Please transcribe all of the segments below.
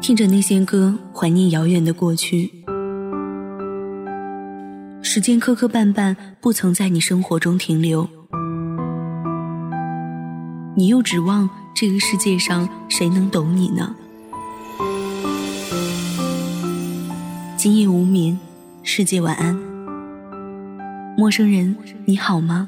听着那些歌，怀念遥远的过去。时间磕磕绊绊，不曾在你生活中停留。你又指望这个世界上谁能懂你呢？今夜无眠，世界晚安。陌生人，你好吗？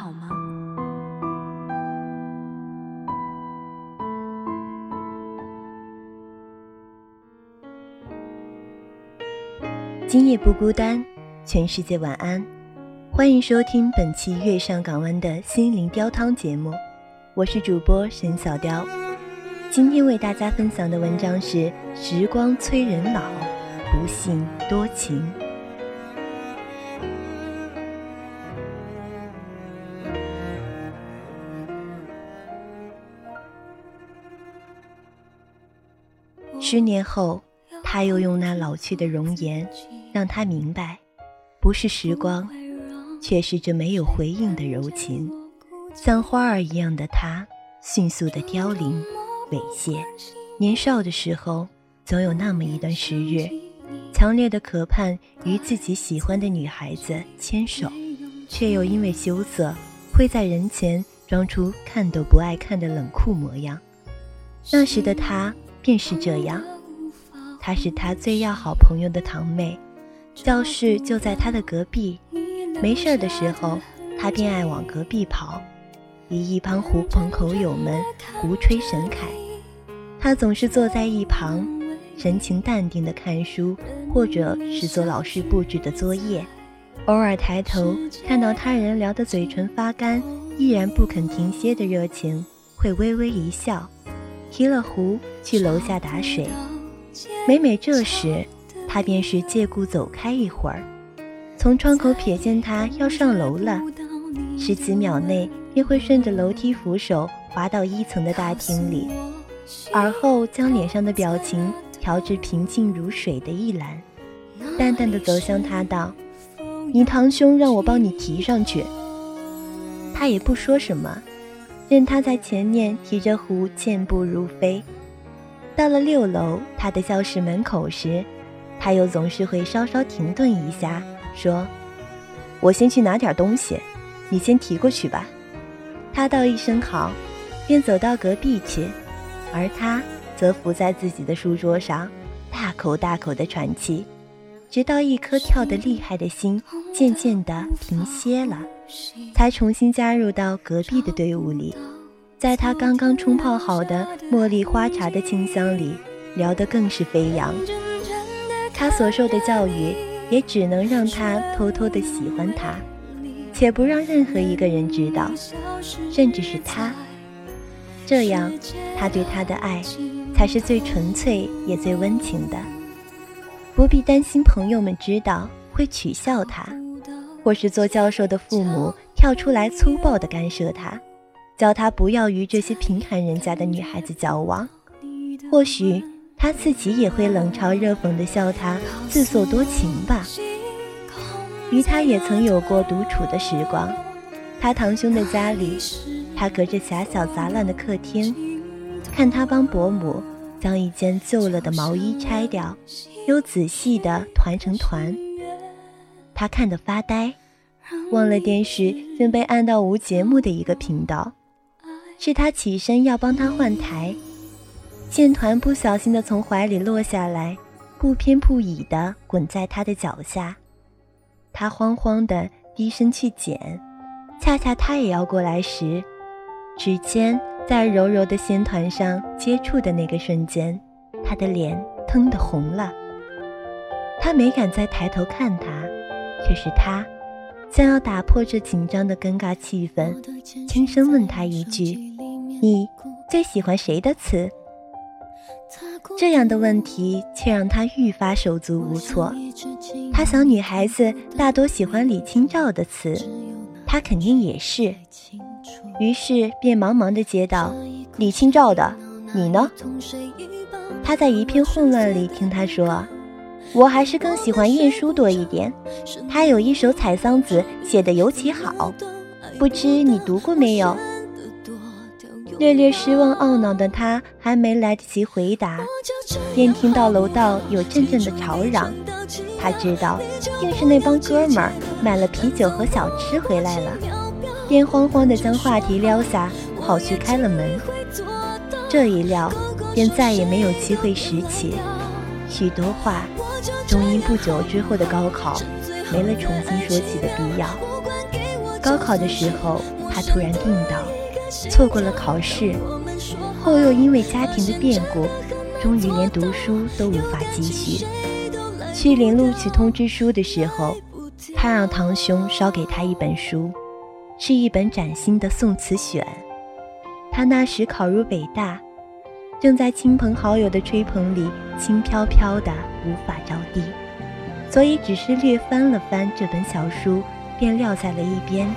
今夜不孤单，全世界晚安。欢迎收听本期月上港湾的心灵雕汤节目，我是主播沈小雕。今天为大家分享的文章是时光催人老，不幸多情。10年后，他又用那老去的容颜让他明白，不是时光，却是这没有回应的柔情。像花儿一样的他迅速的凋零猥亵。年少的时候，总有那么一段时日，强烈的渴盼与自己喜欢的女孩子牵手，却又因为羞涩会在人前装出看都不爱看的冷酷模样。那时的他便是这样，她是他最要好朋友的堂妹，教室就在他的隔壁，没事的时候他便爱往隔壁跑，与一帮狐朋狗友们胡吹神侃。他总是坐在一旁，神情淡定地看书，或者是做老师布置的作业。偶尔抬头看到他人聊得嘴唇发干，依然不肯停歇的热情，会微微一笑，提了壶去楼下打水。每每这时，他便是借故走开一会儿，从窗口瞥见他要上楼了，10几秒内便会顺着楼梯扶手滑到1层的大厅里，而后将脸上的表情调至平静如水的一览，淡淡地走向他道：“你堂兄让我帮你提上去。”他也不说什么，任他在前面提着壶健步如飞。到了6楼他的教室门口时，他又总是会稍稍停顿一下，说：“我先去拿点东西，你先提过去吧。”他道一声好，便走到隔壁去，而他则伏在自己的书桌上，大口大口地喘气，直到一颗跳得厉害的心渐渐地平歇了，才重新加入到隔壁的队伍里。在他刚刚冲泡好的茉莉花茶的清香里，聊得更是飞扬。他所受的教育也只能让他偷偷地喜欢他，且不让任何一个人知道，甚至是他。这样他对他的爱才是最纯粹也最温情的，不必担心朋友们知道会取笑他，或是做教授的父母跳出来粗暴地干涉他，叫他不要与这些贫寒人家的女孩子交往。或许他自己也会冷嘲热讽地笑他自作多情吧。与他也曾有过独处的时光，他堂兄的家里，他隔着狭小杂乱的客厅，看他帮伯母将一件旧了的毛衣拆掉，又仔细地团成团。他看得发呆，忘了电视正被按到无节目的一个频道。是他起身要帮他换台，线团不小心地从怀里落下来，不偏不倚地滚在他的脚下。他慌慌地低身去捡，恰恰他也要过来时，指尖在柔柔的线团上接触的那个瞬间，他的脸腾地红了。他没敢再抬头看他，却是他想要打破这紧张的尴尬气氛，轻声问他一句：“你最喜欢谁的词？”这样的问题却让他愈发手足无措。他想女孩子大多喜欢李清照的词，他肯定也是，于是便忙忙地接道：“李清照的，你呢？”他在一片混乱里听他说：“我还是更喜欢晏殊多一点，他有一首《采桑子》写得尤其好，不知你读过没有？” 略略失望懊恼的他还没来得及回答，便听到楼道有阵阵的吵嚷。他知道定是那帮哥们儿买了啤酒和小吃回来了，便慌慌地将话题撩下，跑去开了门。这一撂便再也没有机会拾起，许多话终因不久之后的高考没了重新说起的必要。高考的时候他突然病倒，错过了考试，后又因为家庭的变故，终于连读书都无法继续。去领录取通知书的时候，他让堂兄捎给他一本书，是一本崭新的宋词选。他那时考入北大，正在亲朋好友的吹捧里轻飘飘的无法着地，所以只是略翻了翻这本小书，便撂在了一边。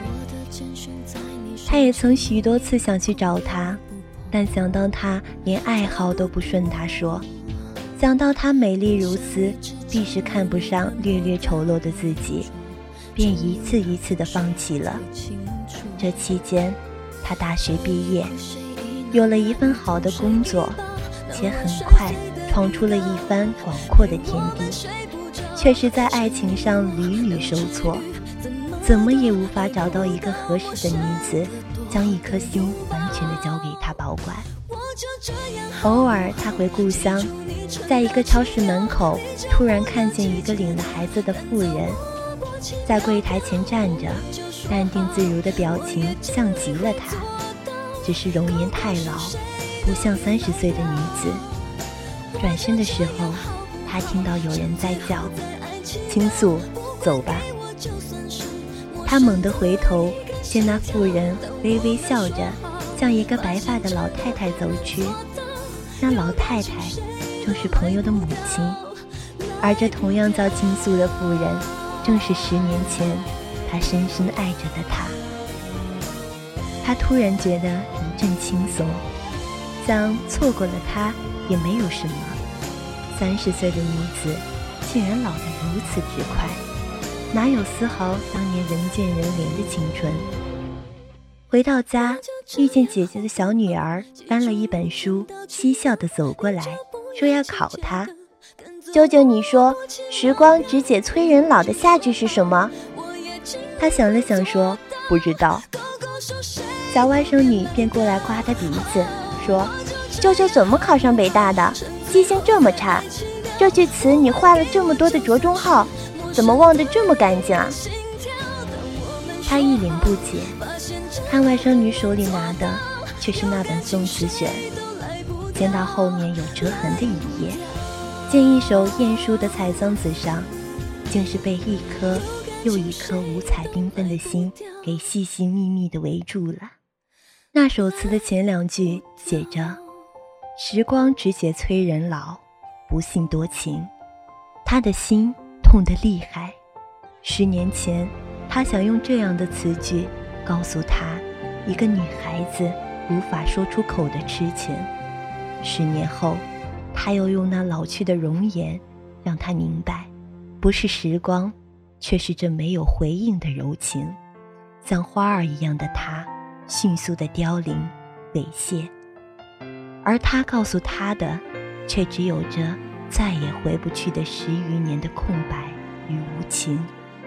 他也曾许多次想去找他，但想到他连爱好都不顺他说，想到他美丽如斯，必是看不上略略丑陋的自己，便一次一次地放弃了。这期间他大学毕业，有了一份好的工作，且很快闯出了一番广阔的天地，却是在爱情上屡屡受挫，怎么也无法找到一个合适的女子，将一颗心完全地交给他保管。偶尔他回故乡，在一个超市门口突然看见一个领了孩子的妇人，在柜台前站着，淡定自如的表情像极了他，只是容颜太老，不像30岁的女子。转身的时候，他听到有人在叫：“倾诉，走吧。”他猛地回头，见那妇人微微笑着向一个白发的老太太走去。那老太太正是朋友的母亲，而这同样叫倾诉的妇人，正是10年前他深深爱着的他。他突然觉得一阵轻松，想错过了他也没有什么。30岁的女子竟然老得如此之快，哪有丝毫当年人见人怜的青春。回到家，遇见姐姐的小女儿翻了一本书，嬉笑地走过来，说要考她。舅舅，你说时光只解催人老的下句是什么？他想了想说，不知道。小外甥女便过来刮他鼻子，说，舅舅怎么考上北大的？记性这么差，这句词你画了这么多的着中号，怎么忘得这么干净啊？他一脸不解，看外甥女手里拿的却是那本宋词选，见到后面有折痕的一页，见一手晏殊的彩桑子上，竟是被一颗又一颗五彩缤纷的心给细细密密地围住了。那首词的前2句写着，时光只解催人老，不信多情。他的心痛得厉害。10年前他想用这样的词句告诉他一个女孩子无法说出口的痴情。10年后他又用那老去的容颜让他明白，不是时光，却是这没有回应的柔情。像花儿一样的他迅速的凋零猥亵，而他告诉他的却只有这再也回不去的10余年的空白与无情。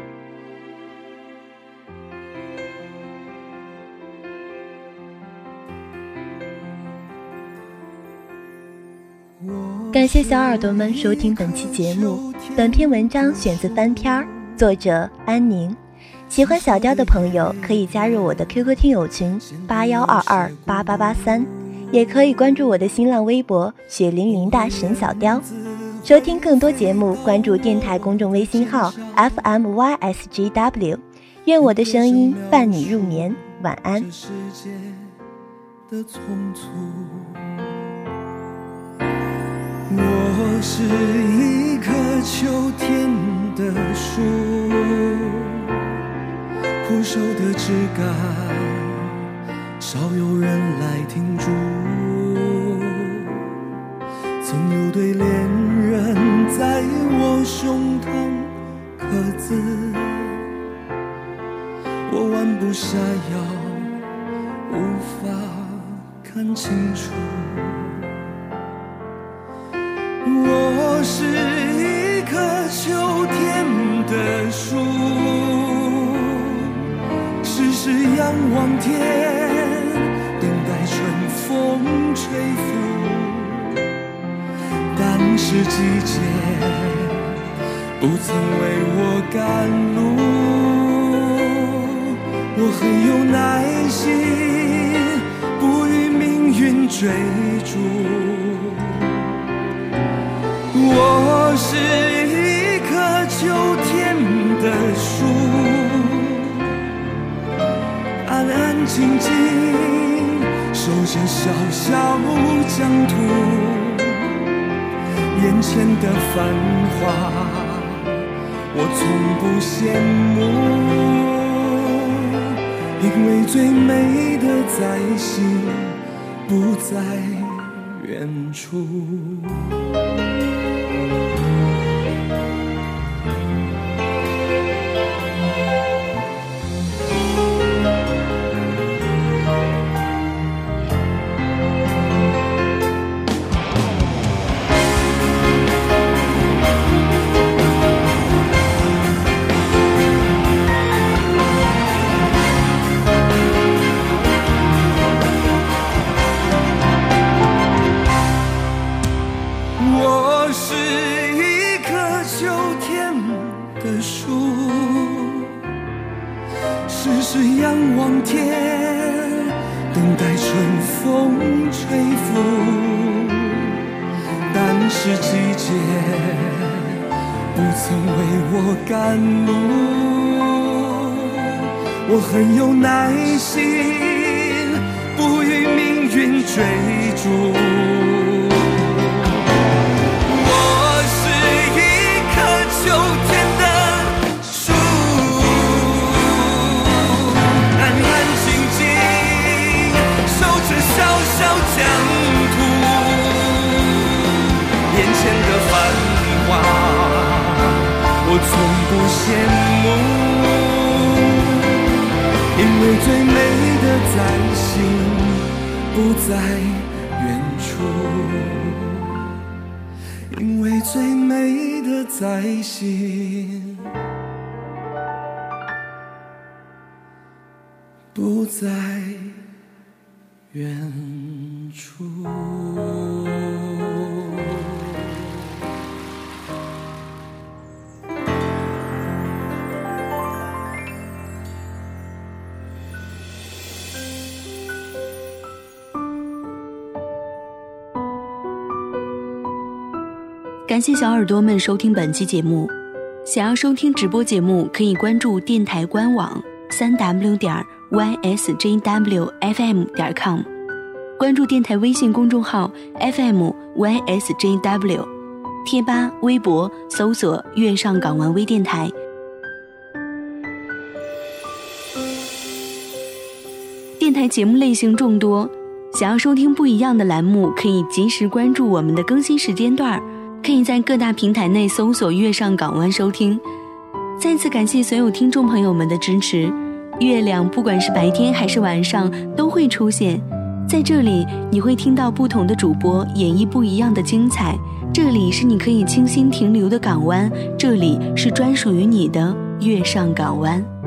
感谢小耳朵们收听本期节目，本篇文章选自翻篇，作者安宁。喜欢小雕的朋友可以加入我的 QQ 听友群81228883，也可以关注我的新浪微博雪凌云大神小雕。收听更多节目，关注电台公众微信号 FMYSGW。 愿我的声音伴你入眠，晚安。 我是一棵秋天的树，枯瘦的枝干少有人来停驻，曾有对恋人在我胸膛刻字，我弯不下腰，无法很清楚，我是一棵秋天的树，时时仰望天，等待春风吹拂，但是季节不曾为我赶路，我很有耐心，不与命运追逐，我是一棵秋天的树，安安静静守着小小疆土，眼前的繁华我从不羡慕，因为最美的在心，不在远处。我是一棵秋天的树，时时仰望天，等待春风吹拂，但是季节不曾为我赶路，我很有耐心，不与命运追逐，秋天的树，安安静静守着小小疆土，眼前的繁华我从不羡慕，因为最美的在心，不在远处，因为最美的在心，不在远处。 感谢小耳朵们收听本期节目，想要收听直播节目可以关注电台官网 3w.ysjwfm.com， 关注电台微信公众号 FMYSJW， 贴吧微博搜索月上港湾微电台。电台节目类型众多，想要收听不一样的栏目可以及时关注我们的更新时间段，可以在各大平台内搜索月上港湾收听。再次感谢所有听众朋友们的支持，月亮不管是白天还是晚上都会出现在这里，你会听到不同的主播演绎不一样的精彩，这里是你可以清新停留的港湾，这里是专属于你的月上港湾。